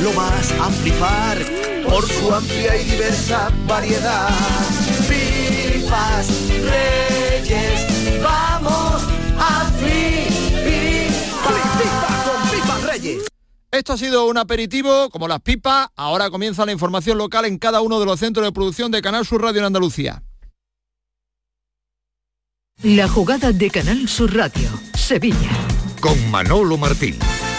lo vas a flipar por su amplia y diversa variedad. Pipas Reyes, vamos a flipar con Pipas Reyes. Esto ha sido un aperitivo, como las pipas. Ahora comienza la información local en cada uno de los centros de producción de Canal Sur Radio en Andalucía. La jugada de Canal Sur Radio, Sevilla. Con Manolo Martín.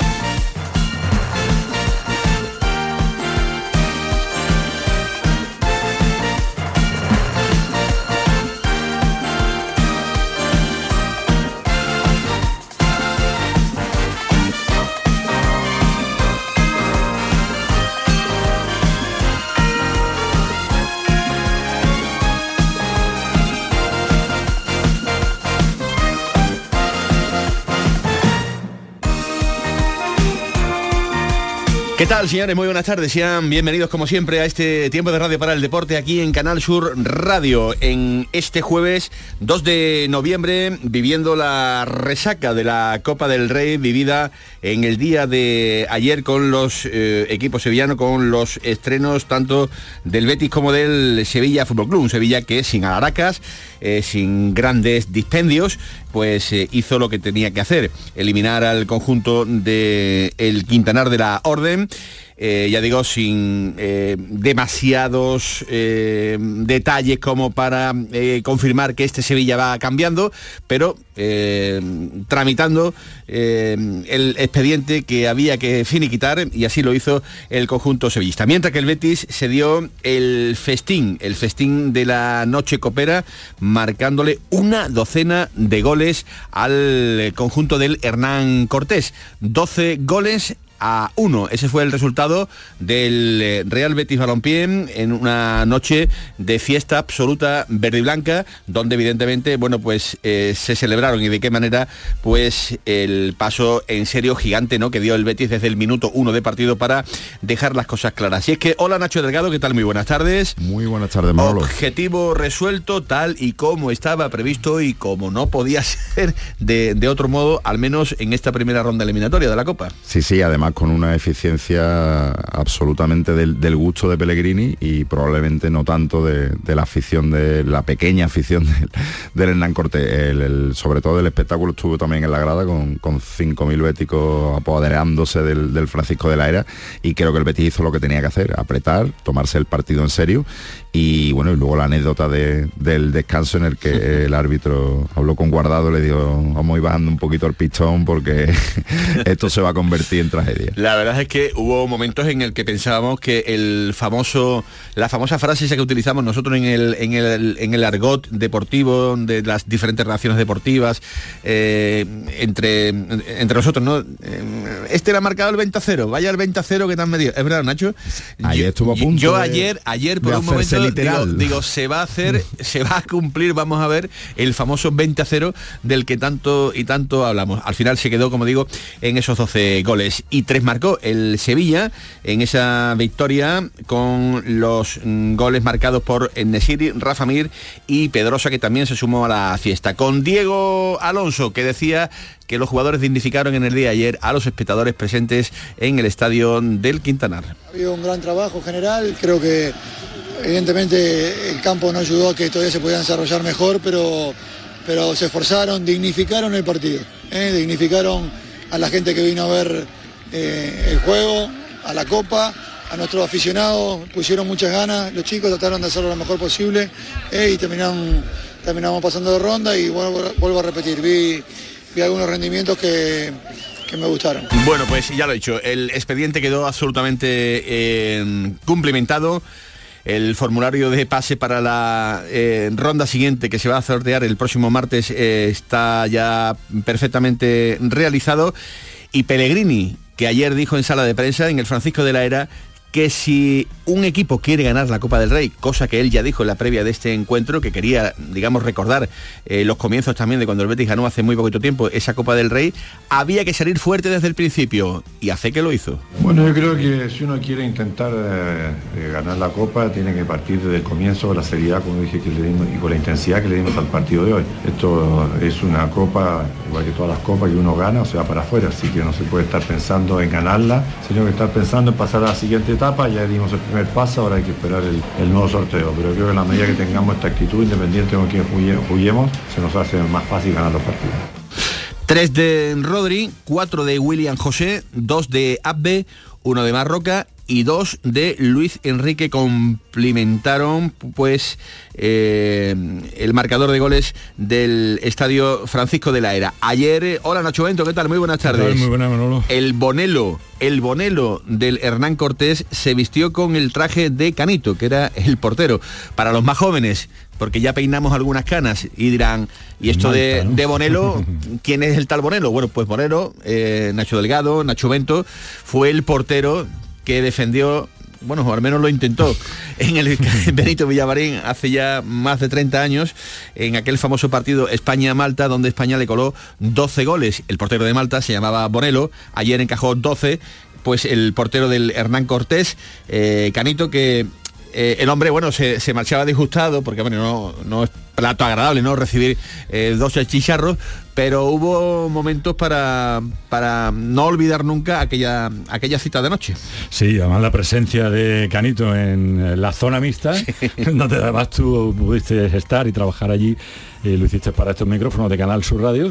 ¿Qué tal, señores? Muy buenas tardes. Sean bienvenidos, como siempre, a este tiempo de radio para el deporte aquí en Canal Sur Radio. En este jueves 2 de noviembre, viviendo la resaca de la Copa del Rey, vivida en el día de ayer con los equipos sevillanos, con los estrenos tanto del Betis como del Sevilla Fútbol Club. Un Sevilla que sin alaracas, sin grandes dispendios, pues hizo lo que tenía que hacer, eliminar al conjunto del Quintanar de la Orden. Ya digo, sin demasiados detalles como para confirmar que este Sevilla va cambiando, pero tramitando el expediente que había que finiquitar, y así lo hizo el conjunto sevillista. Mientras que el Betis se dio el festín de la noche copera, marcándole una docena de goles al conjunto del Hernán Cortés. 12 goles a 1. Ese fue el resultado del Real Betis Balompié en una noche de fiesta absoluta verde y blanca, donde evidentemente, bueno, pues se celebraron, y de qué manera, pues el paso en serio gigante, ¿no?, que dio el Betis desde el minuto 1 de partido para dejar las cosas claras. Y es que, hola Nacho Delgado, ¿qué tal? Muy buenas tardes. Muy buenas tardes, Manolo. Objetivo resuelto, tal y como estaba previsto y como no podía ser de otro modo, al menos en esta primera ronda eliminatoria de la Copa. Sí, además con una eficiencia absolutamente del gusto de Pellegrini, y probablemente no tanto de la afición, de la pequeña afición del Hernán Cortés. Sobre todo el espectáculo estuvo también en la grada con 5.000 béticos apoderándose del Francisco de la Era, y creo que el Betis hizo lo que tenía que hacer, apretar, tomarse el partido en serio. Y bueno, y luego la anécdota del descanso en el que el árbitro habló con Guardado, le dijo: vamos a ir bajando un poquito el pistón porque esto se va a convertir en tragedia. La verdad es que hubo momentos en el que pensábamos que la famosa frase esa que utilizamos nosotros en el argot deportivo de las diferentes relaciones deportivas entre nosotros, ¿no? Este era marcado el 20-0, vaya el 20-0 que te han medido. Es verdad, Nacho. Ayer estuvo a punto. Yo ayer por un momento digo, se va a cumplir, vamos a ver el famoso 20-0 del que tanto y tanto hablamos. Al final se quedó, como digo, en esos 12 goles, y 3 marcó el Sevilla en esa victoria, con los goles marcados por Enesiri, Rafa Mir y Pedrosa, que también se sumó a la fiesta, con Diego Alonso, que decía que los jugadores dignificaron en el día de ayer a los espectadores presentes en el estadio del Quintanar. Ha habido un gran trabajo general, creo que evidentemente el campo no ayudó a que todavía se pudieran desarrollar mejor, pero se esforzaron, dignificaron el partido, dignificaron a la gente que vino a ver el juego, a la Copa, a nuestros aficionados, pusieron muchas ganas, los chicos trataron de hacerlo lo mejor posible, y terminamos pasando de ronda, y vuelvo a repetir, vi algunos rendimientos que me gustaron. Bueno, pues ya lo he dicho, el expediente quedó absolutamente cumplimentado. El formulario de pase para la ronda siguiente, que se va a sortear el próximo martes, está ya perfectamente realizado, y Pellegrini, que ayer dijo en sala de prensa en el Francisco de la Era que si un equipo quiere ganar la Copa del Rey, cosa que él ya dijo en la previa de este encuentro, que quería, digamos, recordar los comienzos también de cuando el Betis ganó hace muy poquito tiempo esa Copa del Rey, había que salir fuerte desde el principio, y hace que lo hizo. Bueno, yo creo que si uno quiere intentar ganar la Copa, tiene que partir desde el comienzo con la seriedad, como dije, que le dimos, y con la intensidad que le dimos al partido de hoy. Esto es una Copa, igual que todas las copas, que uno gana o se va para afuera, así que no se puede estar pensando en ganarla, sino que estar pensando en pasar a la siguiente etapa. Ya dimos el primer paso, ahora hay que esperar el nuevo sorteo, pero creo que en la medida que tengamos esta actitud, independiente con quién juguemos, se nos hace más fácil ganar los partidos. 3 de Rodri, 4 de William José, 2 de Abbe, 1 de Marroca y 2 de Luis Enrique complementaron pues el marcador de goles del estadio Francisco de la Era. Ayer, hola Nacho Bento, ¿qué tal? Muy buenas tardes. Muy buenas, Manolo. El Bonelo del Hernán Cortés se vistió con el traje de Canito, que era el portero. Para los más jóvenes, porque ya peinamos algunas canas y dirán, ¿y esto Malta, de Bonelo? ¿Quién es el tal Bonelo? Bueno, pues Bonelo, Nacho Delgado, Nacho Bento, fue el portero que defendió, bueno, o al menos lo intentó, en el Benito Villamarín hace ya más de 30 años, en aquel famoso partido España-Malta, donde España le coló 12 goles. El portero de Malta se llamaba Bonelo, ayer encajó 12, pues el portero del Hernán Cortés, Canito, que el hombre, bueno, se marchaba disgustado, porque bueno, no es plato agradable, ¿no?, recibir 12 chicharros, pero hubo momentos para no olvidar nunca aquella cita de noche. Sí, además la presencia de Canito en la zona mixta, sí, donde además tú pudiste estar y trabajar allí, lo hiciste para estos micrófonos de Canal Sur Radio,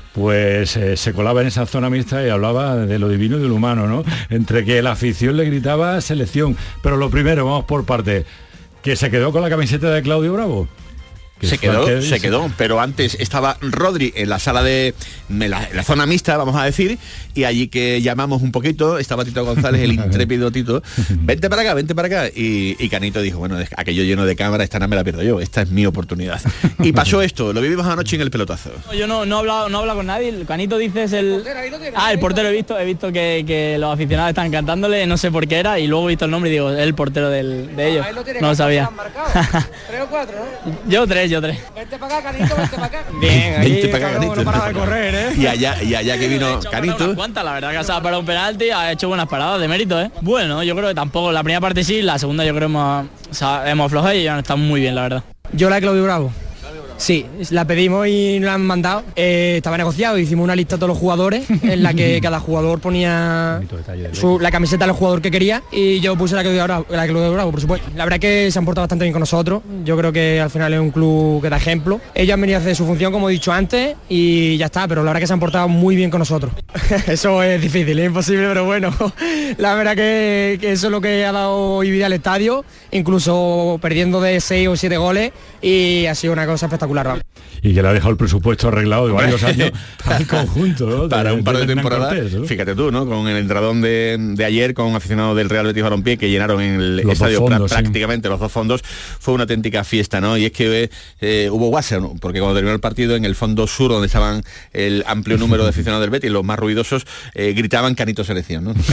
pues se colaba en esa zona mixta y hablaba de lo divino y de lo humano, ¿no? Entre que la afición le gritaba selección, pero lo primero, vamos por parte, que se quedó con la camiseta de Claudio Bravo. Se quedó, pero antes estaba Rodri en la sala de la zona mixta, vamos a decir, y allí que llamamos un poquito, estaba Tito González, el intrépido Tito, vente para acá, y Canito dijo, bueno, aquello lleno de cámara, esta no me la pierdo yo, esta es mi oportunidad. Y pasó esto, lo vivimos anoche en el pelotazo. Yo no he hablado con nadie, el Canito dice es el... el portero he visto que los aficionados están cantándole, no sé por qué era, y luego he visto el nombre y digo, es el portero de ellos, no lo sabía. 3 o 4, ¿no? Yo tres. Vente para acá, Canito, vente para acá. Bien, vente para acá, Canito. No paraba de correr, ¿eh? Y allá que vino Canito. La verdad que se ha parado un penalti, ha hecho buenas paradas de mérito, ¿eh? Bueno, yo creo que tampoco, la primera parte sí, la segunda yo creo hemos aflojado y ya no está muy bien, la verdad. Yo la de Claudio Bravo. Sí, la pedimos y nos la han mandado. Estaba negociado, hicimos una lista de todos los jugadores en la que cada jugador ponía la camiseta del jugador que quería y yo puse la que Claudio Bravo, por supuesto. La verdad es que se han portado bastante bien con nosotros. Yo creo que al final es un club que da ejemplo. Ellos han venido a hacer su función, como he dicho antes, y ya está, pero la verdad que se han portado muy bien con nosotros. Eso es difícil, es imposible, pero bueno, la verdad que eso es lo que ha dado hoy vida al estadio, incluso perdiendo de 6 o 7 goles, y ha sido una cosa espectacular. Y que le ha dejado el presupuesto arreglado de varios años al conjunto, ¿no? Para un par de temporadas, Cortés, ¿no? Fíjate tú, ¿no? Con el entradón de ayer, con aficionados del Real Betis Balompié que llenaron en el estadio prácticamente los dos fondos, fue una auténtica fiesta, ¿no? Y es que hubo guasa, ¿no? Porque cuando terminó el partido, en el fondo sur, donde estaban el amplio número de aficionados del Betis, los más ruidosos, gritaban Canito Selección, ¿no?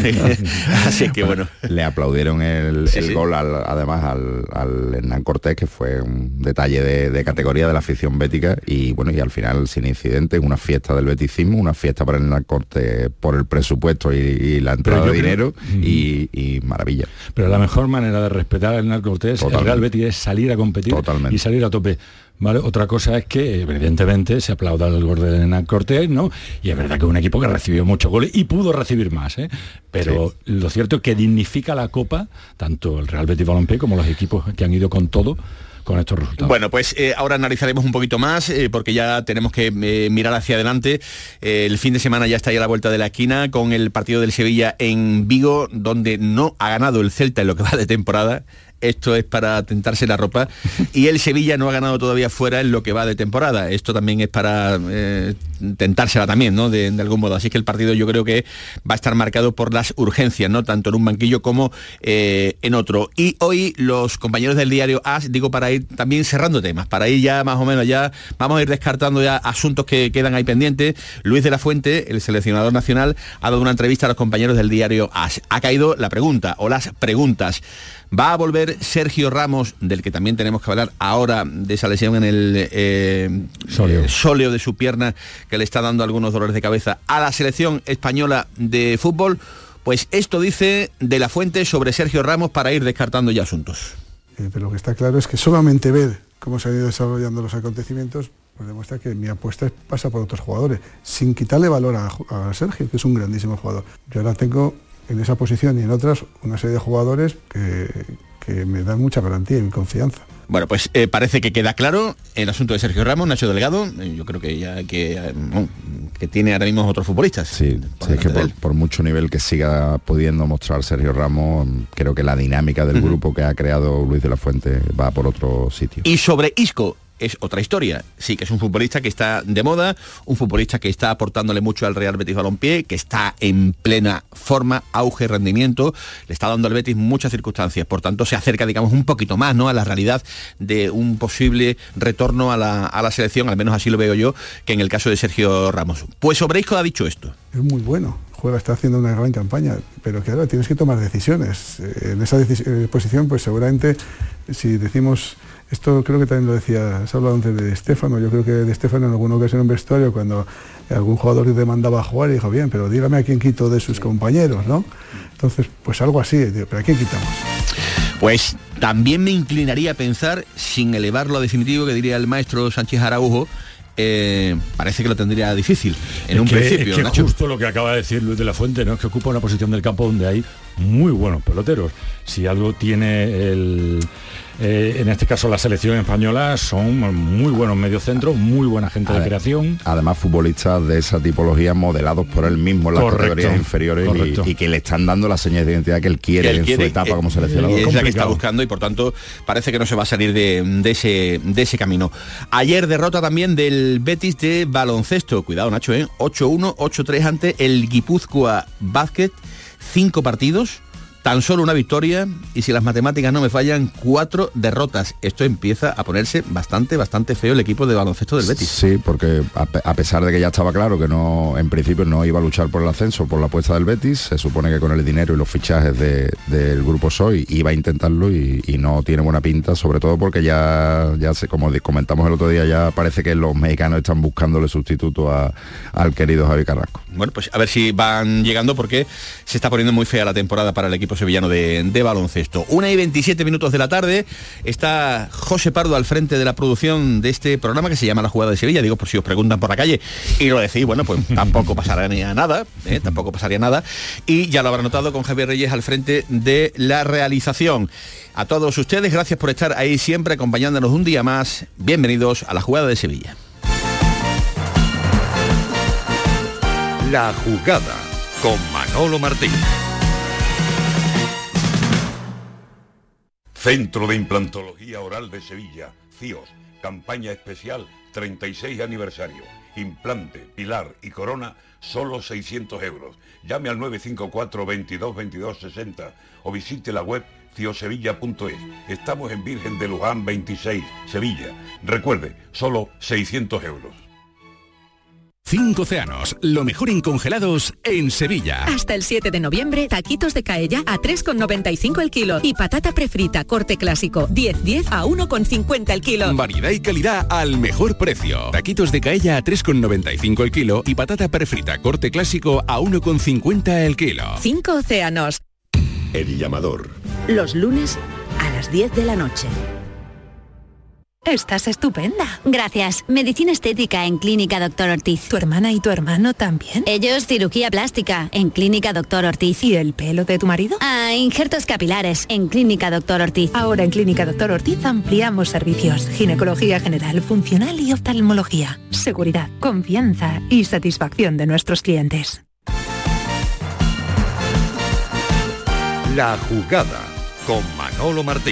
Así que bueno. Le aplaudieron el gol además al Hernán Cortés, que fue un detalle de categoría de la afición bética, y bueno, y al final sin incidentes, una fiesta del beticismo, una fiesta para el Hernán Cortés por el presupuesto y la entrada de dinero, y maravilla. Pero la mejor manera de respetar al Hernán Cortés, el Real Betis, es salir a competir y salir a tope. ¿Vale? Otra cosa es que evidentemente se aplauda el gol de Hernán Cortés, ¿no? Y es verdad que es un equipo que recibió muchos goles y pudo recibir más, ¿eh? Pero lo cierto es que dignifica la Copa tanto el Real Betis Balompié como los equipos que han ido con todo con estos resultados. Bueno, pues ahora analizaremos un poquito más, porque ya tenemos que mirar hacia adelante. El fin de semana ya está ahí a la vuelta de la esquina con el partido del Sevilla en Vigo, donde no ha ganado el Celta en lo que va de temporada. esto es para tentarse la ropa, y el Sevilla no ha ganado todavía fuera en lo que va de temporada. Esto también es para tentársela también, ¿no? De algún modo. Así que el partido yo creo que va a estar marcado por las urgencias, ¿no? Tanto en un banquillo como en otro. Y hoy los compañeros del diario AS, digo, para ir también cerrando temas, para ir ya más o menos, ya vamos a ir descartando ya asuntos que quedan ahí pendientes. Luis de la Fuente, el seleccionador nacional, ha dado una entrevista a los compañeros del diario AS. Ha caído la pregunta, o las preguntas. ¿Va a volver Sergio Ramos, del que también tenemos que hablar ahora, de esa lesión en el sóleo de su pierna que le está dando algunos dolores de cabeza, a la selección española de fútbol? Pues esto dice de la Fuente sobre Sergio Ramos para ir descartando ya asuntos. Pero lo que está claro es que solamente ver cómo se han ido desarrollando los acontecimientos pues demuestra que mi apuesta pasa por otros jugadores, sin quitarle valor a Sergio, que es un grandísimo jugador. Yo ahora tengo en esa posición y en otras una serie de jugadores que me dan mucha garantía y confianza. Bueno, pues parece que queda claro el asunto de Sergio Ramos. Nacho Delgado, yo creo que ya que tiene ahora mismo otros futbolistas. Sí, es que por mucho nivel que siga pudiendo mostrar Sergio Ramos, creo que la dinámica del grupo que ha creado Luis de la Fuente va por otro sitio. Y sobre Isco, es otra historia. Sí, que es un futbolista que está de moda, un futbolista que está aportándole mucho al Real Betis Balompié, que está en plena forma, auge, rendimiento, le está dando al Betis muchas circunstancias, por tanto se acerca, digamos, un poquito más, ¿no?, a la realidad de un posible retorno a la selección, al menos así lo veo yo, que en el caso de Sergio Ramos. Pues sobre Isco ha dicho esto. Es muy bueno, está haciendo una gran campaña, pero que ahora tienes que tomar decisiones. En esa posición, pues seguramente, si decimos... Esto creo que también lo decía, se ha hablado antes de Stefano. Yo creo que de Stefano en alguna ocasión en vestuario, cuando algún jugador le demandaba jugar, y dijo, bien, pero dígame a quién quito de sus compañeros, ¿no? Entonces, pues algo así, pero ¿a quién quitamos? Pues también me inclinaría a pensar, sin elevarlo a definitivo, que diría el maestro Sánchez Araujo, parece que lo tendría difícil en un principio. Es que Nacho, justo lo que acaba de decir Luis de la Fuente, ¿no?, es que ocupa una posición del campo donde hay muy buenos peloteros. Si algo tiene en este caso la selección española, son muy buenos mediocentros, muy buena gente de creación. Además, futbolistas de esa tipología modelados por él mismo en las categorías inferiores y que le están dando las señas de identidad que él quiere en su etapa como seleccionador. Es la que está buscando, y por tanto parece que no se va a salir de ese camino. Ayer derrota también del Betis de baloncesto. Cuidado, Nacho, 8-1, 8-3 ante el Guipúzcoa Basket. 5 partidos, tan solo una victoria, y si las matemáticas no me fallan, 4 derrotas. Esto empieza a ponerse bastante feo el equipo de baloncesto del Betis. Sí, porque a pesar de que ya estaba claro que no, en principio no iba a luchar por el ascenso, por la apuesta del Betis, se supone que con el dinero y los fichajes del grupo SOI iba a intentarlo, y no tiene buena pinta, sobre todo porque ya como comentamos el otro día, ya parece que los mexicanos están buscándole sustituto al querido Javi Carrasco. Bueno, pues a ver si van llegando, porque se está poniendo muy fea la temporada para el equipo sevillano de baloncesto. 1:27 de la tarde, está José Pardo al frente de la producción de este programa que se llama La Jugada de Sevilla. Digo, por si os preguntan por la calle y lo decís, bueno, pues tampoco pasaría nada, tampoco pasaría nada. Y ya lo habrán notado, con Javier Reyes al frente de la realización. A todos ustedes, gracias por estar ahí siempre acompañándonos un día más. Bienvenidos a La Jugada de Sevilla. La Jugada con Manolo Martín. Centro de Implantología Oral de Sevilla, CIOS, campaña especial 36 aniversario. Implante, pilar y corona, solo 600 euros. Llame al 954 22 22 60 o visite la web ciosevilla.es. Estamos en Virgen de Luján 26, Sevilla. Recuerde, solo 600 euros. 5 océanos, lo mejor en congelados en Sevilla. Hasta el 7 de noviembre, taquitos de Caella a 3,95 el kilo y patata prefrita corte clásico 10 a 1,50 el kilo. Variedad y calidad al mejor precio. Taquitos de Caella a 3,95 el kilo y patata prefrita corte clásico a 1,50 el kilo. 5 océanos. El llamador. Los lunes a las 10 de la noche. Estás estupenda. Gracias. Medicina estética en Clínica Doctor Ortiz. ¿Tu hermana y tu hermano también? Ellos cirugía plástica en Clínica Doctor Ortiz. ¿Y el pelo de tu marido? Injertos capilares en Clínica Doctor Ortiz. Ahora en Clínica Doctor Ortiz ampliamos servicios. Ginecología general, funcional y oftalmología. Seguridad, confianza y satisfacción de nuestros clientes. La Jugada con Manolo Martín.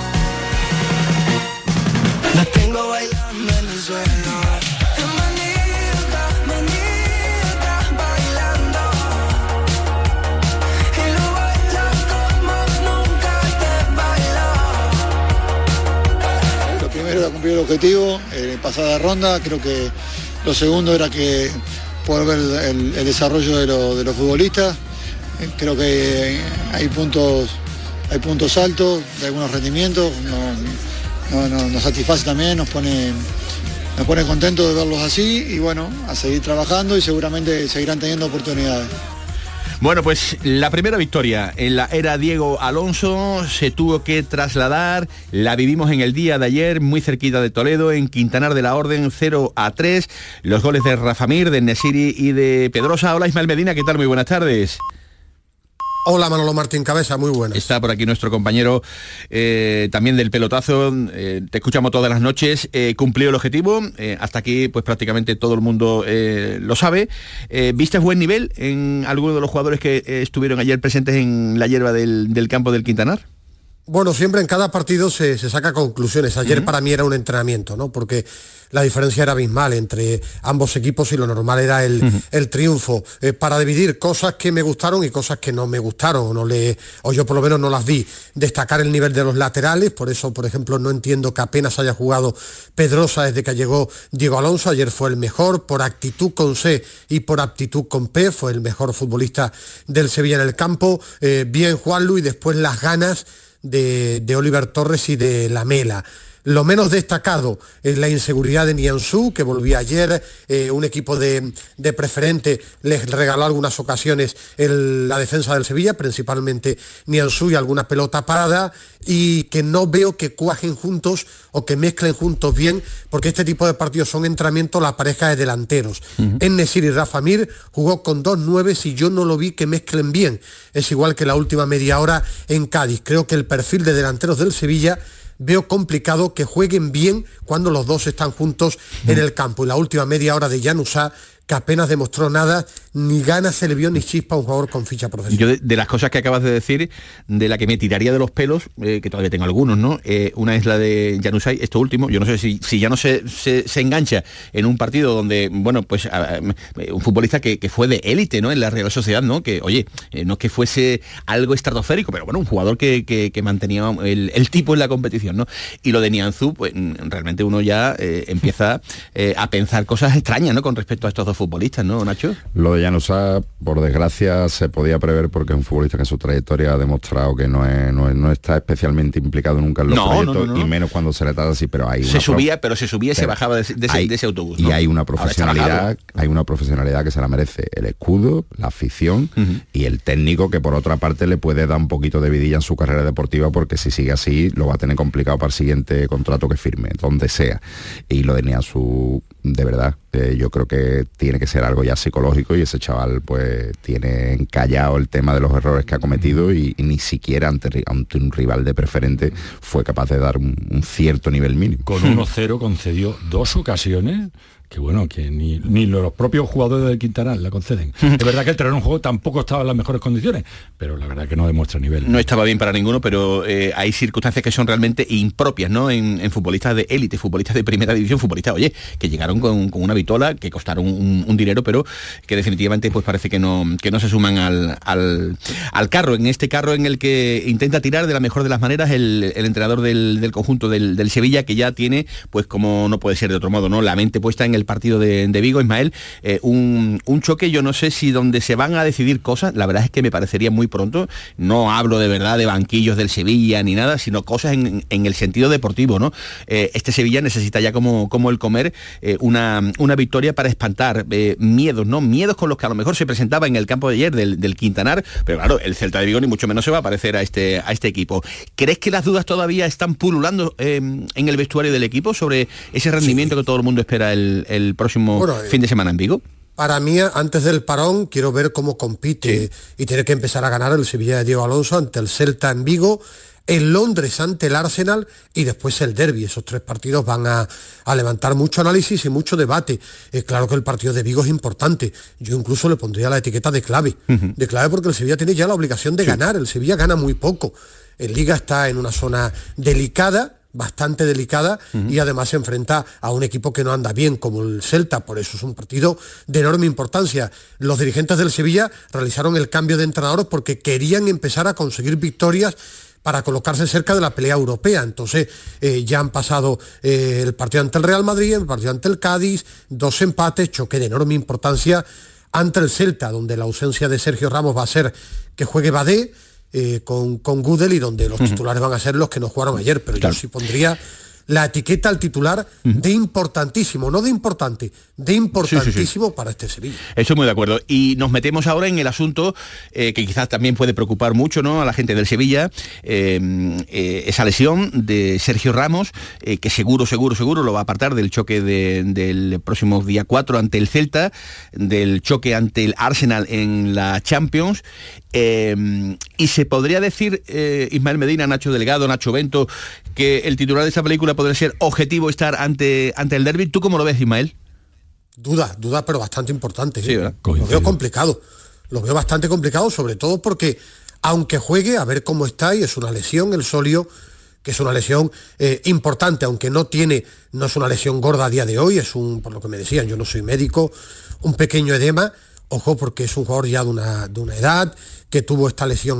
La tengo bailando en el suelo. Primero era cumplir el objetivo, pasada ronda. Creo que lo segundo era que poder ver el desarrollo de los futbolistas. Creo que hay puntos altos de algunos rendimientos. Nos satisface también, nos pone contentos de verlos así, y bueno, a seguir trabajando y seguramente seguirán teniendo oportunidades. Bueno, pues la primera victoria en la era Diego Alonso se tuvo que trasladar, la vivimos en el día de ayer, muy cerquita de Toledo, en Quintanar de la Orden, 0-3, los goles de Rafa Mir, de Nesiri y de Pedrosa. Hola Ismael Medina, ¿qué tal? Muy buenas tardes. Hola Manolo Martín Cabeza, muy buenas. Está por aquí nuestro compañero también del pelotazo, te escuchamos todas las noches, cumplió el objetivo, hasta aquí pues prácticamente todo el mundo lo sabe. ¿Viste buen nivel en alguno de los jugadores que estuvieron ayer presentes en la hierba del campo del Quintanar? Bueno, siempre en cada partido se saca conclusiones. Ayer para mí era un entrenamiento, ¿no? Porque la diferencia era abismal entre ambos equipos y lo normal era el triunfo. Para dividir cosas que me gustaron y cosas que no me gustaron, o yo por lo menos no las vi. Destacar el nivel de los laterales, por eso, por ejemplo, no entiendo que apenas haya jugado Pedrosa desde que llegó Diego Alonso. Ayer fue el mejor, por actitud con C y por aptitud con P, fue el mejor futbolista del Sevilla en el campo. Bien Juanlu, y después las ganas de Oliver Torres y de Lamela. Lo menos destacado es la inseguridad de Nianzú, que volvía ayer, un equipo de Preferente les regaló algunas ocasiones la defensa del Sevilla, principalmente Nianzú y alguna pelota parada, y que no veo que cuajen juntos o que mezclen juntos bien, porque este tipo de partidos son entrenamiento, la pareja de delanteros. En-Nesyri y Rafa Mir jugó con 2 9s y yo no lo vi que mezclen bien. Es igual que la última media hora en Cádiz. Creo que el perfil de delanteros del Sevilla veo complicado que jueguen bien cuando los dos están juntos en el campo. Y la última media hora de Januzaj, que apenas demostró nada, ni ganas se le vio ni chispa a un jugador con ficha profesional. Yo de las cosas que acabas de decir, de la que me tiraría de los pelos, que todavía tengo algunos, ¿no? Una es la de Januzaj, esto último, yo no sé si ya no se engancha en un partido donde, bueno, pues un futbolista que fue de élite, ¿no? En la Real Sociedad, ¿no? Que, oye, no es que fuese algo estratosférico, pero bueno, un jugador que mantenía el tipo en la competición, ¿no? Y lo de Nianzú, pues realmente uno ya empieza a pensar cosas extrañas, ¿no? Con respecto a estos dos futbolistas, ¿no, Nacho? Lo de Januzaj, por desgracia, se podía prever porque es un futbolista que en su trayectoria ha demostrado que no está especialmente implicado nunca en los proyectos, y menos cuando se le trata así, pero hay se subía y se bajaba de ese autobús, ¿no? Y hay una profesionalidad que se la merece el escudo, la afición y el técnico, que por otra parte le puede dar un poquito de vidilla en su carrera deportiva, porque si sigue así lo va a tener complicado para el siguiente contrato que firme, donde sea. Y lo de Nianzú, de verdad, yo creo que tiene que ser algo ya psicológico, y ese chaval pues tiene encallado el tema de los errores que ha cometido, y ni siquiera ante un rival de Preferente fue capaz de dar un cierto nivel mínimo. Con 1-0 concedió 2 ocasiones que bueno, que ni los propios jugadores del Quintanar la conceden. Es verdad que el terreno de juego tampoco estaba en las mejores condiciones, pero la verdad que no demuestra nivel. No estaba bien para ninguno, pero hay circunstancias que son realmente impropias, ¿no? En futbolistas de élite, futbolistas de primera división, futbolistas, oye, que llegaron con una vitola, que costaron un dinero, pero que definitivamente pues parece que no se suman al carro, en este carro en el que intenta tirar de la mejor de las maneras el entrenador del conjunto del Sevilla, que ya tiene, pues como no puede ser de otro modo, ¿no? La mente puesta en el partido de Vigo, Ismael, un choque, yo no sé si donde se van a decidir cosas, la verdad es que me parecería muy pronto, no hablo de verdad de banquillos del Sevilla ni nada, sino cosas en el sentido deportivo, ¿no? Este Sevilla necesita ya como el comer una victoria para espantar miedos, ¿no? Miedos con los que a lo mejor se presentaba en el campo de ayer del Quintanar, pero claro, el Celta de Vigo ni mucho menos se va a parecer a este equipo. ¿Crees que las dudas todavía están pululando en el vestuario del equipo sobre ese rendimiento que todo el mundo espera el próximo fin de semana en Vigo? Para mí, antes del parón, quiero ver cómo compite y tiene que empezar a ganar el Sevilla de Diego Alonso ante el Celta en Vigo, en Londres ante el Arsenal y después el derbi. Esos 3 partidos van a levantar mucho análisis y mucho debate. Claro que el partido de Vigo es importante. Yo incluso le pondría la etiqueta de clave. De clave porque el Sevilla tiene ya la obligación de ganar. El Sevilla gana muy poco. en Liga está en una zona delicada, bastante delicada, y además se enfrenta a un equipo que no anda bien como el Celta, por eso es un partido de enorme importancia. Los dirigentes del Sevilla realizaron el cambio de entrenador porque querían empezar a conseguir victorias para colocarse cerca de la pelea europea. Entonces ya han pasado el partido ante el Real Madrid, el partido ante el Cádiz, 2 empates, choque de enorme importancia ante el Celta, donde la ausencia de Sergio Ramos va a ser que juegue Badé, con Gudel, y donde los titulares van a ser los que no jugaron ayer, pero claro, yo sí pondría la etiqueta al titular de importantísimo, no de importante, de importantísimo para este Sevilla. Estoy muy de acuerdo. Y nos metemos ahora en el asunto que quizás también puede preocupar mucho, ¿no?, a la gente del Sevilla, esa lesión de Sergio Ramos, que seguro lo va a apartar del choque del próximo día 4 ante el Celta, del choque ante el Arsenal en la Champions. Y se podría decir, Ismael Medina, Nacho Delgado, Nacho Bento, que el titular de esta película podría ser objetivo estar ante el derbi. ¿Tú cómo lo ves, Ismael? Duda, pero bastante importante. Sí, ¿verdad? Lo veo complicado. Lo veo bastante complicado, sobre todo porque, aunque juegue, a ver cómo está, y es una lesión, el sóleo, que es una lesión importante, aunque no es una lesión gorda a día de hoy, es por lo que me decían, yo no soy médico, un pequeño edema. Ojo, porque es un jugador ya de una edad, que tuvo esta lesión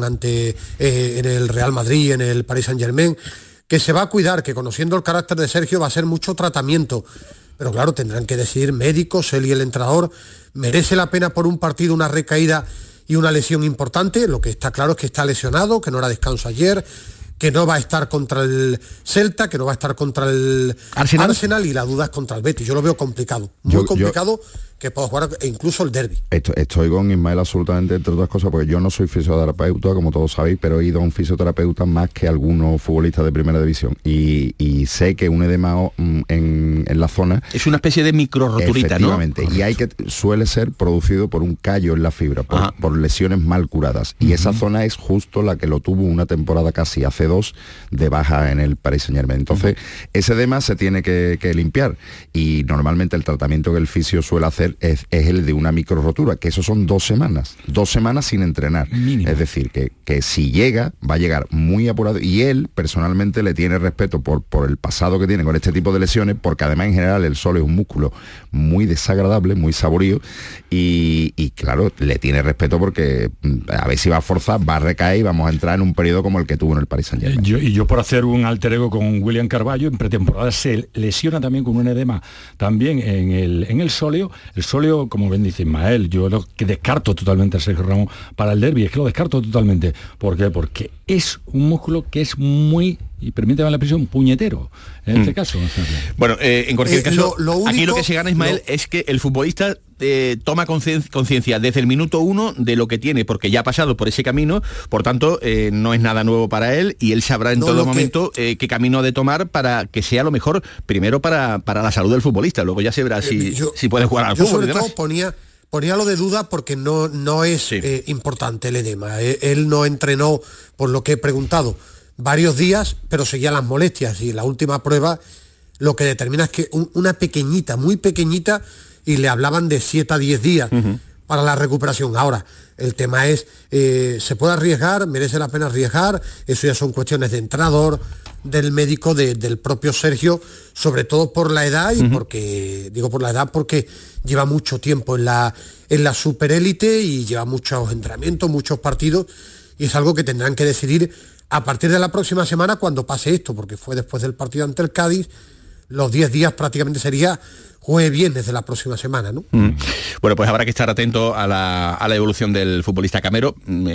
en el Real Madrid, en el Paris Saint-Germain, que se va a cuidar, que conociendo el carácter de Sergio va a ser mucho tratamiento. Pero claro, tendrán que decidir médicos, él y el entrenador. ¿Merece la pena por un partido una recaída y una lesión importante? Lo que está claro es que está lesionado, que no era descanso ayer, que no va a estar contra el Celta, que no va a estar contra el Arsenal, y la duda es contra el Betis. Yo lo veo complicado, muy complicado, que pueda jugar incluso el derbi. Estoy con Ismael absolutamente, entre otras cosas, porque yo no soy fisioterapeuta, como todos sabéis, pero he ido a un fisioterapeuta más que algunos futbolistas de primera división, y sé que un edema en la zona es una especie de microroturita, ¿no? Efectivamente, y suele ser producido por un callo en la fibra, por lesiones mal curadas, y esa zona es justo la que lo tuvo una temporada casi hace 2 de baja en el Paris Saint-Germain. Entonces, ese edema se tiene que limpiar, y normalmente el tratamiento que el fisio suele hacer es el de una micro rotura, que eso son 2 semanas sin entrenar. Mínimo. Es decir, que si llega, va a llegar muy apurado, y él personalmente le tiene respeto por el pasado que tiene con este tipo de lesiones, porque además en general el sóleo es un músculo muy desagradable, muy saborío, y claro, le tiene respeto porque a ver si va a forzar, va a recaer y vamos a entrar en un periodo como el que tuvo en el Paris Saint-Germain. Yo por hacer un alter ego con William Carballo, en pretemporada se lesiona también con un edema también en el sóleo. El sóleo, como bien dice Ismael, yo lo que descarto totalmente a Sergio Ramos para el derbi, es que lo descarto totalmente. ¿Por qué? Porque es un músculo que es muy, y permíteme la expresión, puñetero, en este caso. Bueno, en cualquier caso, aquí lo que se gana, Ismael, es que el futbolista toma conciencia desde el minuto 1 de lo que tiene, porque ya ha pasado por ese camino, por tanto, no es nada nuevo para él, y él sabrá en todo momento qué camino ha de tomar para que sea lo mejor, primero para la salud del futbolista, luego ya se verá si puede jugar al fútbol. Yo sobre todo ponía lo de duda porque no es importante el edema. Él no entrenó, por lo que he preguntado, varios días, pero seguía las molestias, y la última prueba lo que determina es que una pequeñita, muy pequeñita, y le hablaban de 7 a 10 días para la recuperación. Ahora, el tema es, ¿se puede arriesgar? ¿Merece la pena arriesgar? Eso ya son cuestiones de entrenador, del médico, del propio Sergio, sobre todo por la edad, y porque, digo por la edad, porque lleva mucho tiempo en la superélite y lleva muchos entrenamientos, muchos partidos, y es algo que tendrán que decidir a partir de la próxima semana cuando pase esto, porque fue después del partido ante el Cádiz. Los 10 días prácticamente sería jueves, viernes de la próxima semana, ¿no? Bueno, pues habrá que estar atento a la evolución del futbolista Camero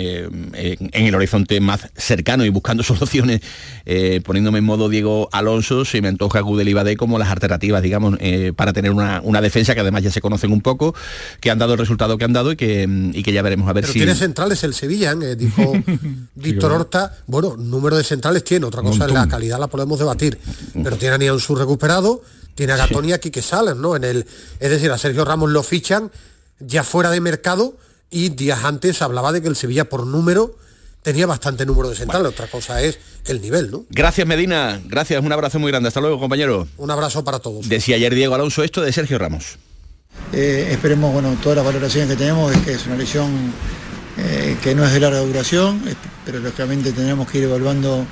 en el horizonte más cercano, y buscando soluciones, poniéndome en modo Diego Alonso, se me antoja Gudel y Badé como las alternativas, digamos, para tener una defensa que además ya se conocen un poco, que han dado el resultado que han dado, y que ya veremos a ver. Pero si tiene centrales el Sevilla, dijo Víctor Horta. Bueno, número de centrales tiene, otra cosa es la calidad, la podemos debatir, pero tiene a Nianzú recuperado, tiene a Gatón y a Quique Salas, ¿no? Es decir, a Sergio Ramos lo fichan ya fuera de mercado, y días antes hablaba de que el Sevilla por número tenía bastante número de centrales. Otra cosa es el nivel, ¿no? Gracias, Medina, gracias, un abrazo muy grande, hasta luego, compañero. Un abrazo para todos. Decía ayer Diego Alonso esto de Sergio Ramos. Esperemos, todas las valoraciones que tenemos es que es una lesión que no es de larga duración, pero lógicamente tendremos que ir evaluando,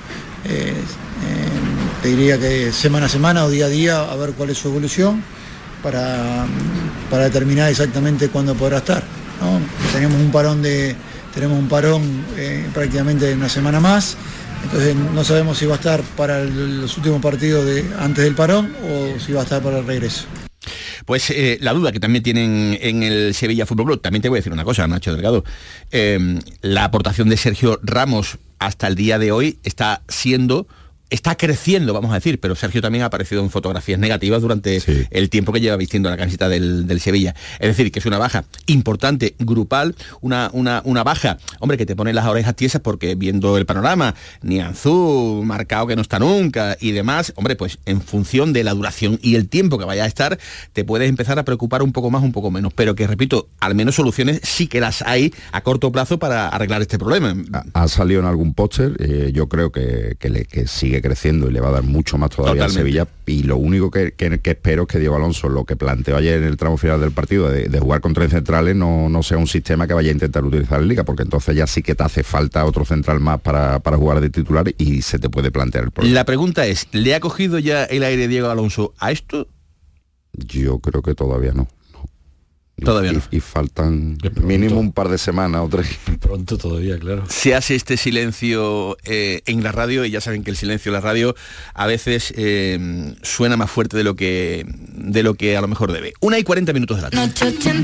te diría que semana a semana o día a día, a ver cuál es su evolución para determinar exactamente cuándo podrá estar, ¿no? Tenemos un parón prácticamente de una semana más, entonces no sabemos si va a estar para los últimos partidos antes del parón o si va a estar para el regreso. Pues la duda que también tienen en el Sevilla Fútbol Club, también te voy a decir una cosa, Nacho Delgado, la aportación de Sergio Ramos hasta el día de hoy está creciendo, vamos a decir, pero Sergio también ha aparecido en fotografías negativas durante el tiempo que lleva vistiendo la camiseta del Sevilla. Es decir, que es una baja importante, grupal, una baja, hombre, que te pone las orejas tiesas porque viendo el panorama, Nianzú, Marcao que no está nunca y demás, hombre, pues en función de la duración y el tiempo que vaya a estar, te puedes empezar a preocupar un poco más, un poco menos, pero que, repito, al menos soluciones sí que las hay a corto plazo para arreglar este problema. Ha salido en algún póster, yo creo que sigue creciendo y le va a dar mucho más todavía a Sevilla, y lo único que espero es que Diego Alonso, lo que planteó ayer en el tramo final del partido de jugar con 3 centrales, no sea un sistema que vaya a intentar utilizar en Liga, porque entonces ya sí que te hace falta otro central más para jugar de titular y se te puede plantear el problema. La pregunta es, ¿le ha cogido ya el aire Diego Alonso a esto? Yo creo que todavía no. Todavía no. Y faltan mínimo un par de semanas o 3. Pronto todavía, claro. Se hace este silencio en la radio, y ya saben que el silencio en la radio a veces suena más fuerte de lo que a lo mejor debe. 1:40 de la tarde.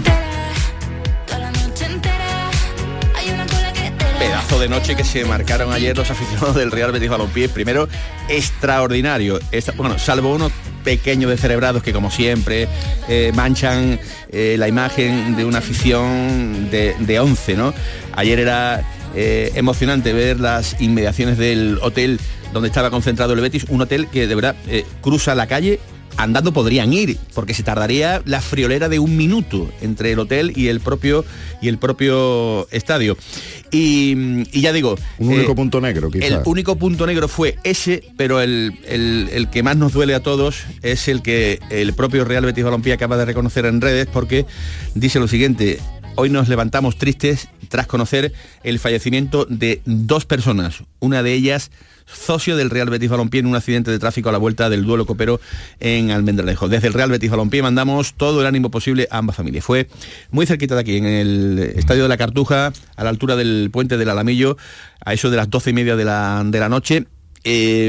Pedazo de noche que se marcaron ayer los aficionados del Real Betis Balompié. Primero, extraordinario. Salvo unos pequeños descerebrados que, como siempre, manchan la imagen de una afición de 11, ¿no? Ayer era emocionante ver las inmediaciones del hotel donde estaba concentrado el Betis, un hotel que de verdad cruza la calle. Andando podrían ir, porque se tardaría la friolera de 1 minuto entre el hotel y el propio estadio. Y ya digo... Un único punto negro, quizás. El único punto negro fue ese, pero el que más nos duele a todos es el que el propio Real Betis Balompié acaba de reconocer en redes, porque dice lo siguiente: hoy nos levantamos tristes tras conocer el fallecimiento de 2 personas, una de ellas socio del Real Betis Balompié en un accidente de tráfico a la vuelta del duelo copero en Almendralejo. Desde el Real Betis Balompié mandamos todo el ánimo posible a ambas familias. Fue muy cerquita de aquí, en el Estadio de la Cartuja, a la altura del puente del Alamillo, a eso de las 12:30 de la noche. Y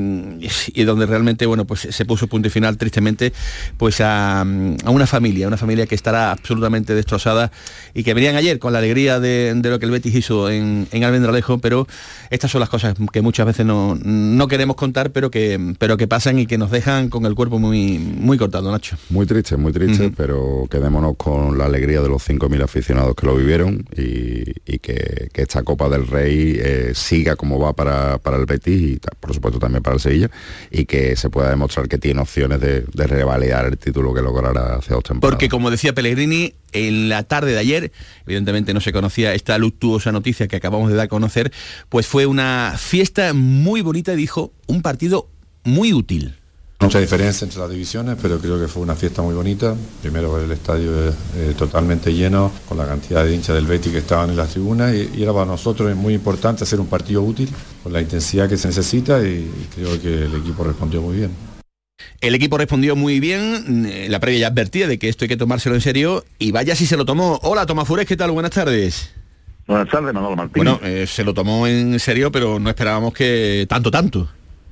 donde realmente, bueno, pues se puso punto y final, tristemente, pues a una familia que estará absolutamente destrozada, y que venían ayer con la alegría de lo que el Betis hizo en Almendralejo, pero estas son las cosas que muchas veces no queremos contar, pero que pasan y que nos dejan con el cuerpo muy, muy cortado, Nacho. Muy triste, pero quedémonos con la alegría de los 5.000 aficionados que lo vivieron, y que esta Copa del Rey siga como va para el Betis, y por supuesto también para el Sevilla, y que se pueda demostrar que tiene opciones de revalidar el título que logrará hace 2 temporadas. Porque, como decía Pellegrini, en la tarde de ayer, evidentemente no se conocía esta luctuosa noticia que acabamos de dar a conocer, pues fue una fiesta muy bonita, dijo, un partido muy útil. Mucha diferencia entre las divisiones, pero creo que fue una fiesta muy bonita. Primero ver el estadio totalmente lleno, con la cantidad de hinchas del Betis que estaban en las tribunas, y era para nosotros muy importante hacer un partido útil, con la intensidad que se necesita, y creo que el equipo respondió muy bien. El equipo respondió muy bien, la previa ya advertía de que esto hay que tomárselo en serio, y vaya si se lo tomó. Hola, Tomafures, ¿qué tal? Buenas tardes. Buenas tardes, Manolo Martín. Bueno, se lo tomó en serio, pero no esperábamos que tanto.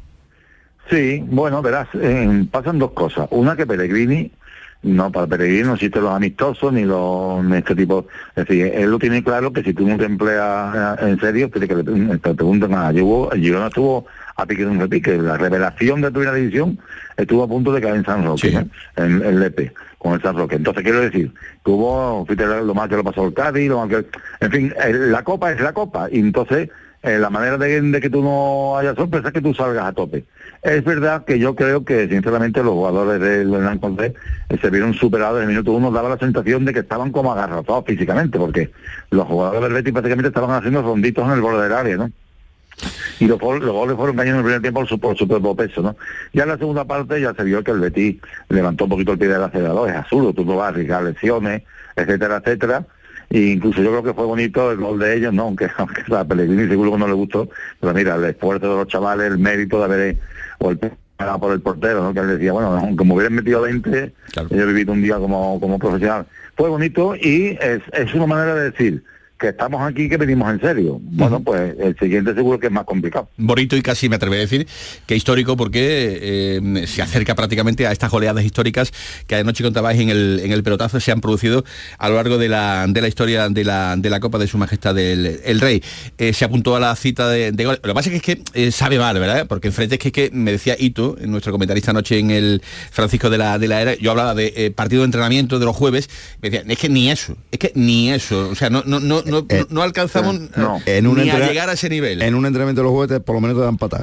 Sí, bueno, verás, pasan 2 cosas. Una, que Pellegrini, para Pellegrini no existen los amistosos ni este tipo. Es decir, él lo tiene claro, que si tú no te empleas en serio, tiene que te pregunten nada. Girona estuvo a pique de un repique. La revelación de primera división estuvo a punto de caer en San Roque, ¿no? En Lepe, con el San Roque. Entonces, quiero decir, que hubo lo mal que lo pasó el Cádiz, en fin, la Copa es la Copa, y entonces la manera de que tú no haya sorpresa es que tú salgas a tope. Es verdad que yo creo que, sinceramente, los jugadores del Hernán Cortés se vieron superados en el minuto 1. Daba la sensación de que estaban como agarrotados físicamente, porque los jugadores del Betis prácticamente estaban haciendo ronditos en el borde del área, ¿no? Y los goles fueron cayendo en el primer tiempo por su propio peso, ¿no? Ya en la segunda parte ya se vio que el Betis levantó un poquito el pie del acelerador. Es absurdo, tú no vas a arriesgar lesiones, etcétera, etcétera. E incluso yo creo que fue bonito el gol de ellos, ¿no? Aunque a Pellegrini seguro que no le gustó, pero mira, el esfuerzo de los chavales, el mérito de haber, o el por el portero, ¿no? Que él decía, bueno, aunque me hubieran metido 20, claro, yo he vivido un día como profesional. Fue bonito y es una manera de decir que estamos aquí, que venimos en serio. Bueno, pues el siguiente seguro que es más complicado. Bonito y casi me atrevería a decir que histórico, porque se acerca prácticamente a estas goleadas históricas que anoche contabais en el pelotazo, se han producido a lo largo de la historia de la Copa de Su Majestad el Rey. Se apuntó a la cita de goles. Lo que pasa es que sabe mal, ¿verdad? Porque enfrente es que me decía Ito, nuestro comentarista anoche en el Francisco de la Era, yo hablaba de partido de entrenamiento de los jueves, me decía, es que ni eso, o sea, no alcanzamos ni a llegar a ese nivel. En un entrenamiento de los juguetes por lo menos te dan patada.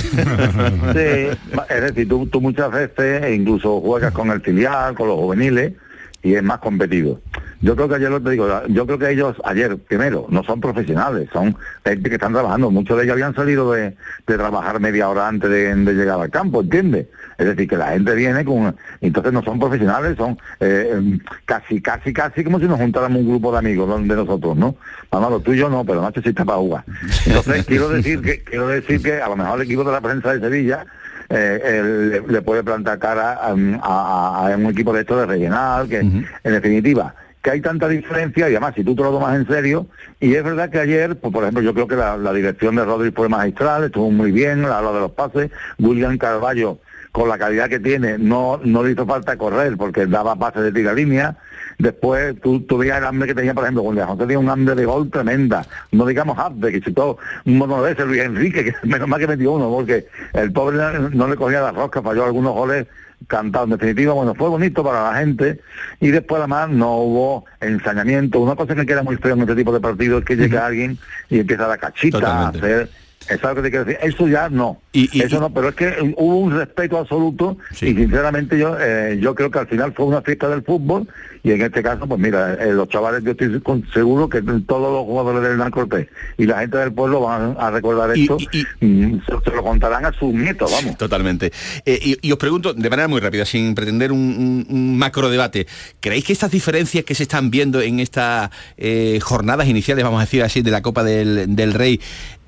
Sí, es decir, tú muchas veces incluso juegas con el filial, con los juveniles, y es más competido. Yo creo que ayer, yo creo que ellos ayer, primero, no son profesionales, son gente que están trabajando. Muchos de ellos habían salido de trabajar media hora antes de llegar al campo, ¿entiendes? Es decir, que la gente viene entonces no son profesionales, son casi como si nos juntáramos un grupo de amigos de nosotros, ¿no? Manolo, tú y yo no, pero Nacho sí está para jugar. Entonces quiero decir que a lo mejor el equipo de la prensa de Sevilla le puede plantar cara a un equipo de esto de rellenar, que en definitiva que hay tanta diferencia, y además si tú te lo tomas en serio, y es verdad que ayer, pues por ejemplo, yo creo que la dirección de Rodri fue magistral, estuvo muy bien, la de los pases. William Carballo, con la calidad que tiene, no le hizo falta correr porque daba pases de tira línea. Después tú veías el hambre que tenía, por ejemplo, Juan José tenía un hambre de gol tremenda, no digamos hambre, que si todo un mono de ese Luis Enrique, que menos mal que metió uno, porque el pobre no le cogía la rosca, falló algunos goles cantados. En definitiva, bueno, fue bonito para la gente, y después además no hubo ensañamiento. Una cosa que queda muy feo en este tipo de partidos es que llega alguien y empieza a dar cachita, totalmente, a hacer... Es algo que te quiero decir, eso ya no, no, pero es que hubo un respeto absoluto, sí. Y sinceramente yo creo que al final fue una fiesta del fútbol, y en este caso, pues mira, los chavales, yo estoy seguro que todos los jugadores del Hernán Cortés y la gente del pueblo van a recordar esto, se lo contarán a sus nietos, vamos. Totalmente. Y os pregunto, de manera muy rápida, sin pretender un macro debate, ¿creéis que estas diferencias que se están viendo en estas jornadas iniciales, vamos a decir así, de la Copa del Rey,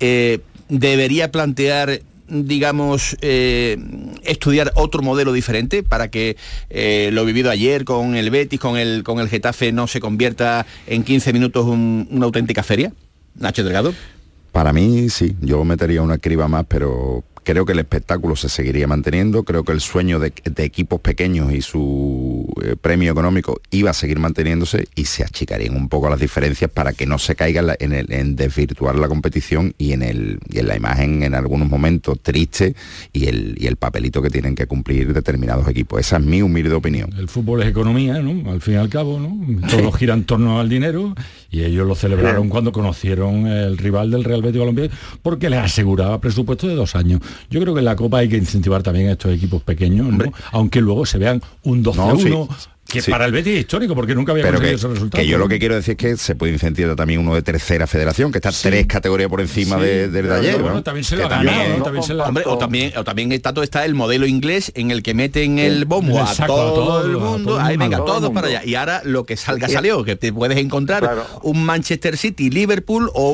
debería plantear, digamos, estudiar otro modelo diferente para que lo vivido ayer con el Betis, con el Getafe, no se convierta en 15 minutos una auténtica feria? Nacho Delgado. Para mí sí, yo metería una criba más, pero creo que el espectáculo se seguiría manteniendo, creo que el sueño de equipos pequeños y su premio económico iba a seguir manteniéndose, y se achicarían un poco las diferencias para que no se caiga en desvirtuar la competición y en la imagen en algunos momentos triste y el papelito que tienen que cumplir determinados equipos. Esa es mi humilde opinión. El fútbol es economía, ¿no? Al fin y al cabo, ¿no? Todo gira en torno al dinero, y ellos lo celebraron cuando conocieron el rival del Real Betis Balompié, porque les aseguraba presupuesto de 2 años. Yo creo que en la Copa hay que incentivar también a estos equipos pequeños, ¿no? Aunque luego se vean un 12-1, que para el Betis es histórico, porque nunca había conseguido ese resultado. Que yo lo que quiero decir es que se puede incentivar también uno de tercera federación, que está 3 categoría por encima de ayer. Bueno, también se lo ha ganado, o también está el modelo inglés, en el que meten el bombo a todo el mundo, ahí venga, todos para allá. Y ahora lo que salga salió, que te puedes encontrar un Manchester City, Liverpool o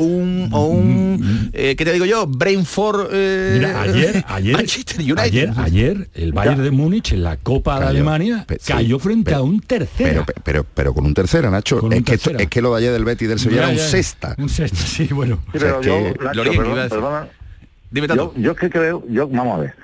un ¿qué te digo yo? Brentford, mira, ayer Manchester United. Ayer el Bayern de Múnich en la Copa de Alemania cayó frente a un tercera. Pero con un tercera, Nacho. Es que lo de ayer del Betis del Sevilla era un sexta. Un sexta, sí, bueno. Sí, pero perdona. Dime tanto. Yo es que creo, vamos a ver.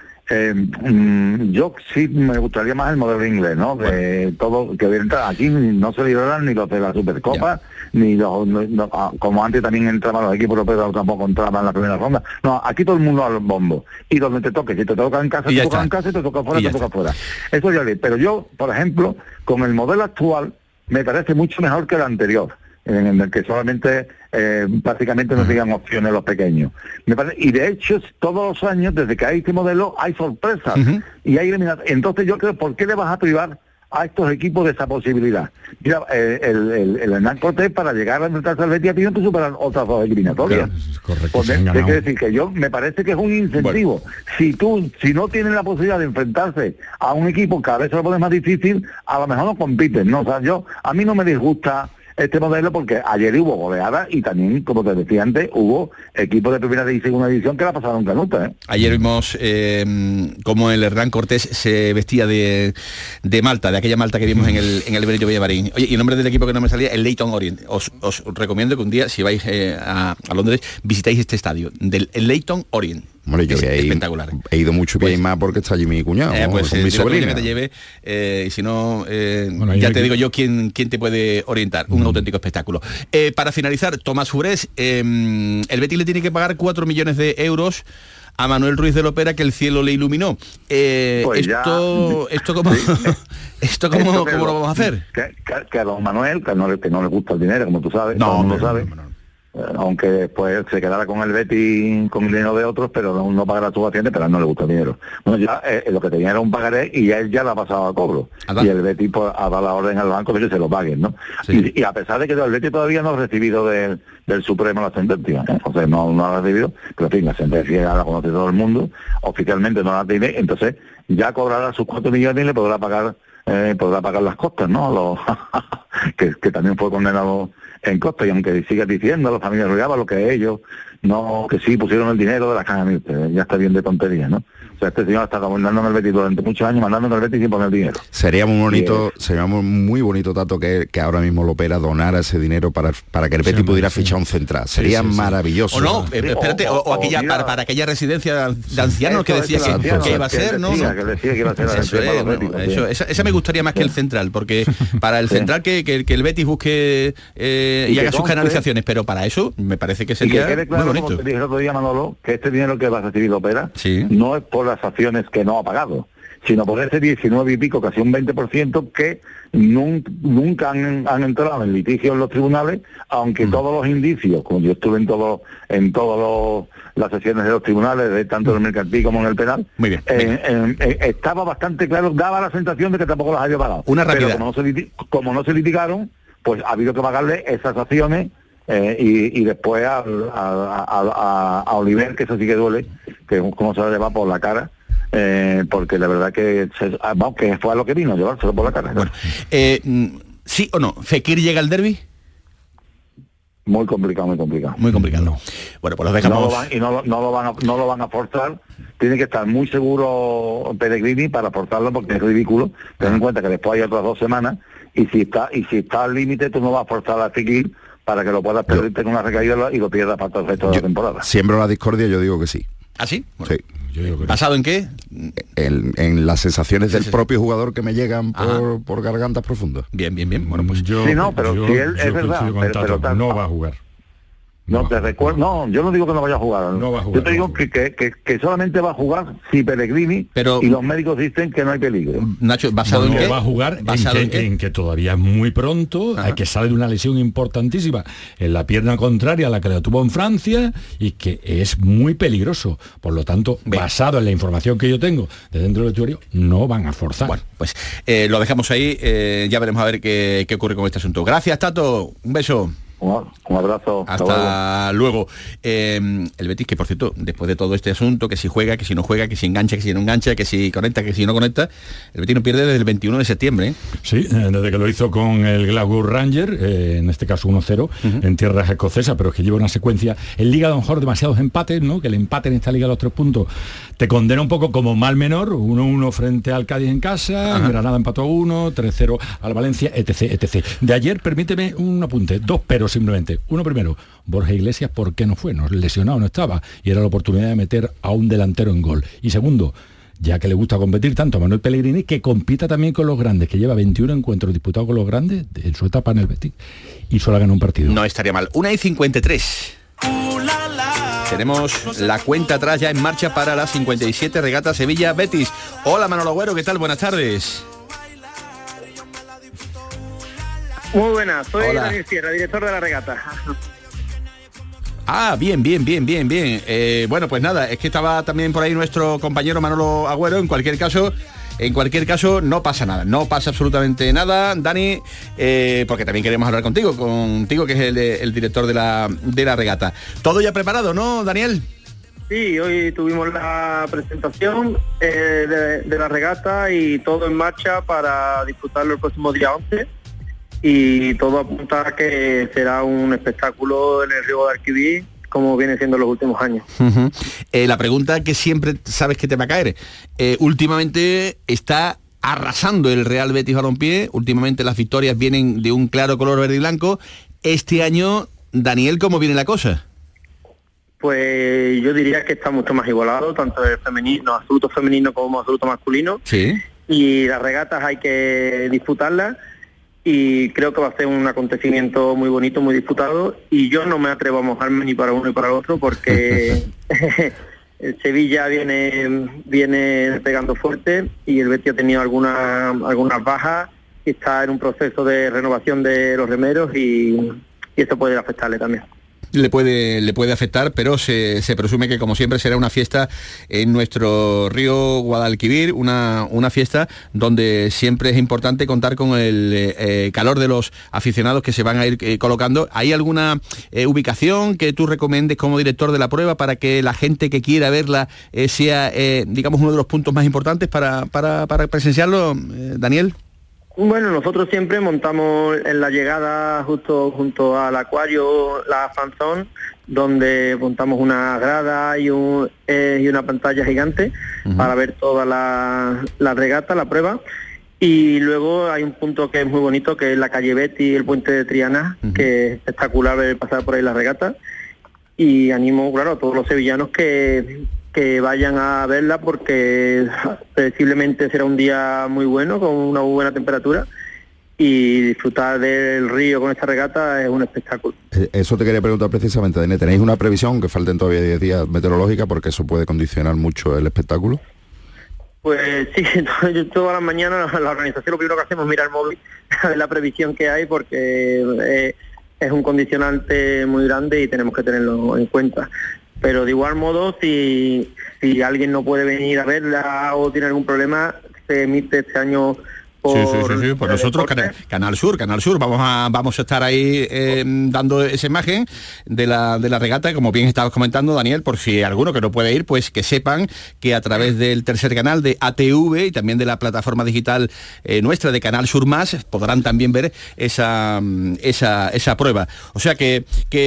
Yo sí me gustaría más el modelo inglés, ¿no? De todo, que aquí no se liberan ni los de la Supercopa, ni los, como antes también entraban los equipos europeos, tampoco entraban en la primera ronda. No, aquí todo el mundo al bombo. Y donde te toque, si te toca en casa, te toca en casa, y te toca fuera, te toca fuera. Eso ya pero yo, por ejemplo, con el modelo actual, me parece mucho mejor que el anterior, en el que solamente prácticamente no tengan opciones los pequeños. Y de hecho, todos los años, desde que hay este modelo, hay sorpresas y hay eliminaciones. Entonces yo creo, ¿por qué le vas a privar a estos equipos de esa posibilidad? Mira, el Hernán Cortés, para llegar a enfrentarse al Betis, tiene que superar otras 2 eliminatorias. Correcto. Quiere decir que yo me parece que es un incentivo. Bueno. Si no tienen la posibilidad de enfrentarse a un equipo, cada vez se lo pone más difícil, a lo mejor no compiten, ¿no? O sea, a mí no me disgusta este modelo, porque ayer hubo goleadas y también, como te decía antes, hubo equipos de primera y segunda división que la pasaron canuta, ¿eh? Ayer vimos cómo el Hernán Cortés se vestía de Malta, de aquella Malta que vimos en el Benito Villamarín. Oye, y el nombre del equipo que no me salía, el Leyton Orient. Os recomiendo que un día, si vais a Londres, visitéis este estadio, del Leyton Orient. Hombre, yo espectacular. He ido mucho pues, más porque está allí mi cuñado, pues con mi sobrina. Que te lleve, y si no, bueno, ya te digo yo quién te puede orientar. Un auténtico espectáculo. Para finalizar, Tomás Furés, el Betis le tiene que pagar 4 millones de euros a Manuel Ruiz de Lopera, que el cielo le iluminó. Pues esto cómo lo vamos a hacer. Que a don Manuel, que no le gusta el dinero, como tú sabes, todo el mundo sabe. Aunque después se quedara con el Betis con el dinero de otros, pero no pagará sus acciones, pero a él no le gusta el dinero. Bueno, ya lo que tenía era un pagaré y él ya lo ha pasado a cobro. Y el Betis pues, ha dado la orden al banco de que se lo paguen, ¿no? Sí. Y a pesar de que el Betis todavía no ha recibido del Supremo la sentencia, ¿eh? O sea, no ha recibido, pero en fin, la sentencia ya la conoce todo el mundo, oficialmente no la tiene, entonces ya cobrará sus 4 millones y le podrá pagar las costas, ¿no? que también fue condenado en costa, y aunque siga diciendo a los familiares lo que ellos, no, que sí pusieron el dinero de las cajas, ya está bien de tontería, ¿no? O sea, este señor está mandando en el Betis durante muchos años, mandando en el Betis sin poner dinero. Sería muy bonito, Tato, que ahora mismo Lopera donara ese dinero para que el Betis pudiera fichar un central. Sería maravilloso. O no, espérate, o aquella, para aquella residencia de ancianos que decía que iba a ser, ¿no? Que decía que iba a ser. Esa me gustaría más que el central, porque para el central que el Betis busque y haga sus canalizaciones, pero para eso me parece que sería muy bonito. Como te dije el otro día, Manolo, que este dinero que va a recibir Lopera no es por las acciones que no ha pagado, sino por ese 19 y pico, casi un 20% que nunca han entrado en litigio en los tribunales, aunque todos los indicios, como yo estuve en todas las sesiones de los tribunales, tanto en el mercantil como en el penal, muy bien, estaba bastante claro, daba la sensación de que tampoco las había pagado. Una rápida. Pero como no se litigaron, pues ha habido que pagarle esas acciones. Y después a Oliver, que eso sí que duele, que como se le va por la cara, porque la verdad que fue a lo que vino, llevárselo por la cara. Bueno, ¿sí o no? ¿Fekir llega al derbi? Muy complicado. Muy complicado. No. Bueno, pues los dejamos. No lo van a forzar. Tiene que estar muy seguro Pellegrini para forzarlo, porque es ridículo. Ten en cuenta que después hay otras 2 semanas, y si está al límite, tú no vas a forzar a Fekir para que lo puedas perder, tenga una recaída y lo pierdas para todo el resto de la temporada. Siembro la discordia, yo digo que sí. ¿Ah, sí? Bueno, sí. Yo digo que ¿basado en qué? En las sensaciones del propio jugador que me llegan por gargantas profundas. Bien. Bueno, pues yo... Sí, no, pero si él es verdad, pero no va a jugar. No, te recuerdo, no, yo no digo que no vaya a jugar. No va a jugar, yo te digo que solamente va a jugar si Pellegrini y los médicos dicen que no hay peligro. Nacho, ¿basado en qué? Va a jugar en que todavía es muy pronto, que sale de una lesión importantísima en la pierna contraria a la que la tuvo en Francia y que es muy peligroso. Por lo tanto, basado en la información que yo tengo de dentro del vestuario, no van a forzar. Bueno, pues lo dejamos ahí, ya veremos a ver qué ocurre con este asunto. Gracias, Tato, un beso. Un abrazo. Hasta luego. El Betis, que por cierto, después de todo este asunto, que si juega, que si no juega, que si engancha, que si no engancha, que si conecta, que si no conecta, el Betis no pierde desde el 21 de septiembre. Sí, desde que lo hizo con el Glasgow Rangers, en este caso 1-0, en tierras escocesas, pero es que lleva una secuencia en Liga, a lo mejor demasiados empates, ¿no? Que el empate en esta Liga, los 3 puntos, te condena un poco como mal menor, 1-1 frente al Cádiz en casa, Granada empató a 1, 3-0 al Valencia, etc. De ayer, permíteme un apunte, 2 peros simplemente. Uno primero, Borja Iglesias, ¿por qué no fue? No, lesionado no estaba, y era la oportunidad de meter a un delantero en gol. Y segundo, ya que le gusta competir tanto a Manuel Pellegrini, que compita también con los grandes, que lleva 21 encuentros disputados con los grandes en su etapa en el Betis, y solo ha ganado un partido. No estaría mal. 1:53. Tenemos la cuenta atrás ya en marcha para la 57 regata Sevilla-Betis. Hola, Manolo Agüero, ¿qué tal? Buenas tardes. Muy buenas, soy Daniel Sierra, director de la regata. Bien. Bueno, pues nada, es que estaba también por ahí nuestro compañero Manolo Agüero. En cualquier caso no pasa nada, no pasa absolutamente nada, Dani, porque también queremos hablar contigo que es el director de la regata. Todo ya preparado, ¿no, Daniel? Sí, hoy tuvimos la presentación de la regata y todo en marcha para disputarlo el próximo día 11. y todo apunta a que será un espectáculo en el Río Guadalquivir como viene siendo los últimos años. La pregunta que siempre sabes que te va a caer, últimamente está arrasando el Real Betis Balompié, últimamente las victorias vienen de un claro color verde y blanco. Este año, Daniel, ¿cómo viene la cosa? Pues yo diría que está mucho más igualado, tanto el femenino, absoluto femenino como absoluto masculino. Sí. Y las regatas hay que disputarlas y creo que va a ser un acontecimiento muy bonito, muy disputado, y yo no me atrevo a mojarme ni para uno ni para el otro porque el Sevilla viene pegando fuerte y el Betis ha tenido algunas bajas y está en un proceso de renovación de los remeros y esto puede afectarle también. Le puede afectar, pero se presume que, como siempre, será una fiesta en nuestro río Guadalquivir, una fiesta donde siempre es importante contar con el calor de los aficionados que se van a ir colocando. ¿Hay alguna ubicación que tú recomiendes como director de la prueba para que la gente que quiera verla sea, digamos, uno de los puntos más importantes para presenciarlo, Daniel? Bueno, nosotros siempre montamos en la llegada justo junto al acuario la fanzón, donde montamos una grada y una pantalla gigante para ver toda la regata, la prueba. Y luego hay un punto que es muy bonito, que es la calle Betty, el puente de Triana, que es espectacular ver pasar por ahí la regata. Y animo, claro, a todos los sevillanos que vayan a verla porque previsiblemente será un día muy bueno, con una buena temperatura, y disfrutar del río con esta regata es un espectáculo. Eso te quería preguntar precisamente, Daniel. ¿Tenéis una previsión, que falten todavía 10 días, meteorológica, porque eso puede condicionar mucho el espectáculo? Pues sí, todas las mañanas la organización lo primero que hacemos es mirar el móvil a ver la previsión que hay, porque es un condicionante muy grande y tenemos que tenerlo en cuenta. Pero de igual modo, si alguien no puede venir a verla o tiene algún problema, se emite este año Sí, pues nosotros Canal Sur vamos a estar ahí dando esa imagen de la regata, como bien estabas comentando, Daniel, por si alguno que no puede ir, pues que sepan que a través del tercer canal de ATV y también de la plataforma digital nuestra de Canal Sur Más podrán también ver esa prueba. O sea que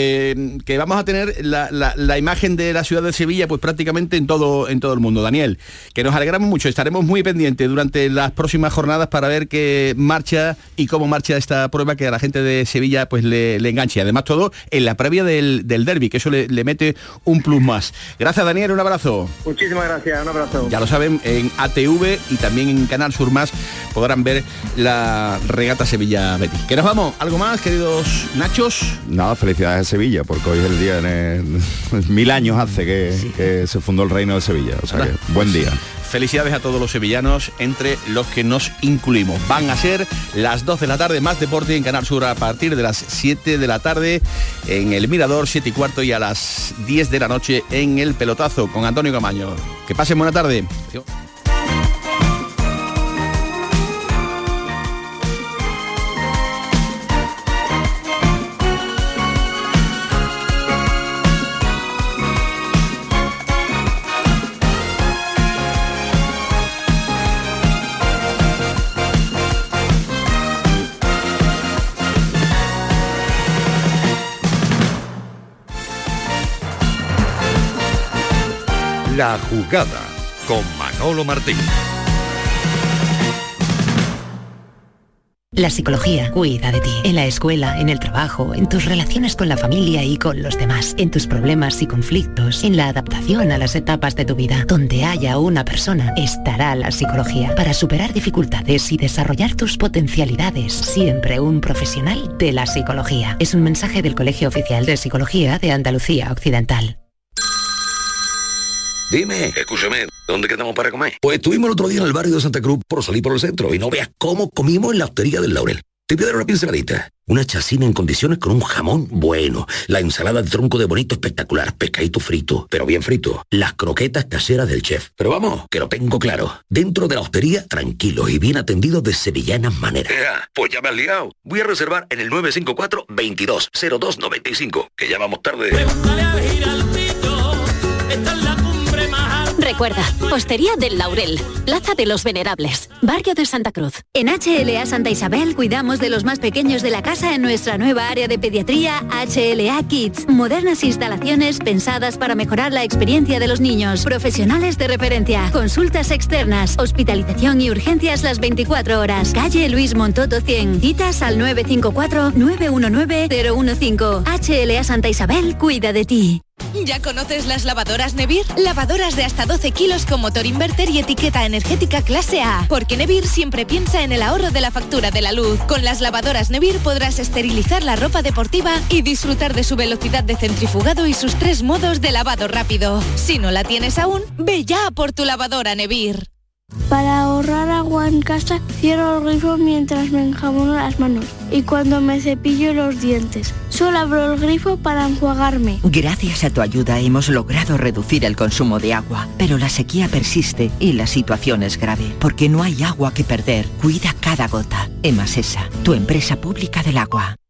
vamos a tener la imagen de la ciudad de Sevilla pues prácticamente en todo el mundo, Daniel, que nos alegramos mucho. Estaremos muy pendientes durante las próximas jornadas para ver qué marcha y cómo marcha esta prueba, que a la gente de Sevilla pues le enganche. Además, todo en la previa del derbi, que eso le mete un plus más. Gracias, Daniel, un abrazo. Muchísimas gracias, un abrazo. Ya lo saben, en ATV y también en Canal Sur Más podrán ver la regata Sevilla Betis. ¿Que nos vamos? ¿Algo más, queridos Nachos? Nada, felicidades a Sevilla, porque hoy es el día, 1000 años hace que se fundó el Reino de Sevilla. O sea que, buen día. Felicidades a todos los sevillanos, entre los que nos incluimos. Van a ser las 2 de la tarde, más deporte en Canal Sur a partir de las 7 de la tarde en El Mirador, 7:15, y a las 10 de la noche en El Pelotazo con Antonio Camaño. Que pasen buena tarde. La Jugada con Manolo Martín. La psicología cuida de ti, en la escuela, en el trabajo, en tus relaciones con la familia y con los demás, en tus problemas y conflictos, en la adaptación a las etapas de tu vida. Donde haya una persona, estará la psicología. Para superar dificultades y desarrollar tus potencialidades, siempre un profesional de la psicología. Es un mensaje del Colegio Oficial de Psicología de Andalucía Occidental. Dime, escúchame, ¿dónde quedamos para comer? Pues estuvimos el otro día en el barrio de Santa Cruz por salir por el centro y no veas cómo comimos en la hostería del Laurel. Te voy a dar una pinceladita. Una chacina en condiciones con un jamón bueno. La ensalada de tronco de bonito espectacular. Pescadito frito, pero bien frito. Las croquetas caseras del chef. Pero vamos, que lo tengo claro. Dentro de la hostería, tranquilos y bien atendidos de sevillanas maneras. Pues ya me has liado. Voy a reservar en el 954 22 02 95, que ya vamos tarde. Recuerda, Hostería del Laurel, Plaza de los Venerables, Barrio de Santa Cruz. En HLA Santa Isabel cuidamos de los más pequeños de la casa en nuestra nueva área de pediatría HLA Kids. Modernas instalaciones pensadas para mejorar la experiencia de los niños. Profesionales de referencia, consultas externas, hospitalización y urgencias las 24 horas. Calle Luis Montoto 100. Citas al 954-919-015. HLA Santa Isabel cuida de ti. ¿Ya conoces las lavadoras Nevir? Lavadoras de hasta 12 kilos con motor inverter y etiqueta energética clase A. Porque Nevir siempre piensa en el ahorro de la factura de la luz. Con las lavadoras Nevir podrás esterilizar la ropa deportiva y disfrutar de su velocidad de centrifugado y sus 3 modos de lavado rápido. Si no la tienes aún, ve ya por tu lavadora Nevir. Para ahorrar agua en casa, cierro el grifo mientras me enjabono las manos y cuando me cepillo los dientes. Solo abro el grifo para enjuagarme. Gracias a tu ayuda hemos logrado reducir el consumo de agua, pero la sequía persiste y la situación es grave, porque no hay agua que perder. Cuida cada gota. Emasesa, tu empresa pública del agua.